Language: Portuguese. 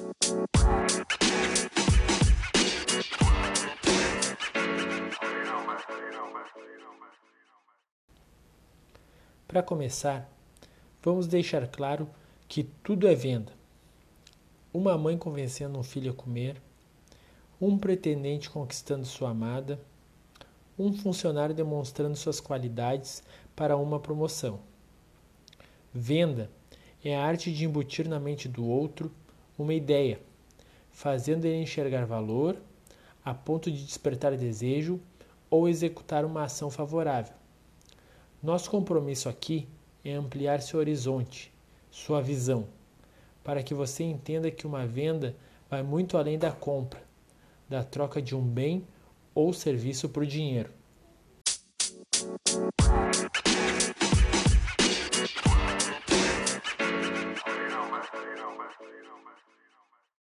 Para começar, vamos deixar claro que tudo é venda. Uma mãe convencendo um filho a comer, um pretendente conquistando sua amada, um funcionário demonstrando suas qualidades para uma promoção. Venda é a arte de embutir na mente do outro uma ideia, fazendo ele enxergar valor a ponto de despertar desejo ou executar uma ação favorável. Nosso compromisso aqui é ampliar seu horizonte, sua visão, para que você entenda que uma venda vai muito além da compra, da troca de um bem ou serviço por dinheiro.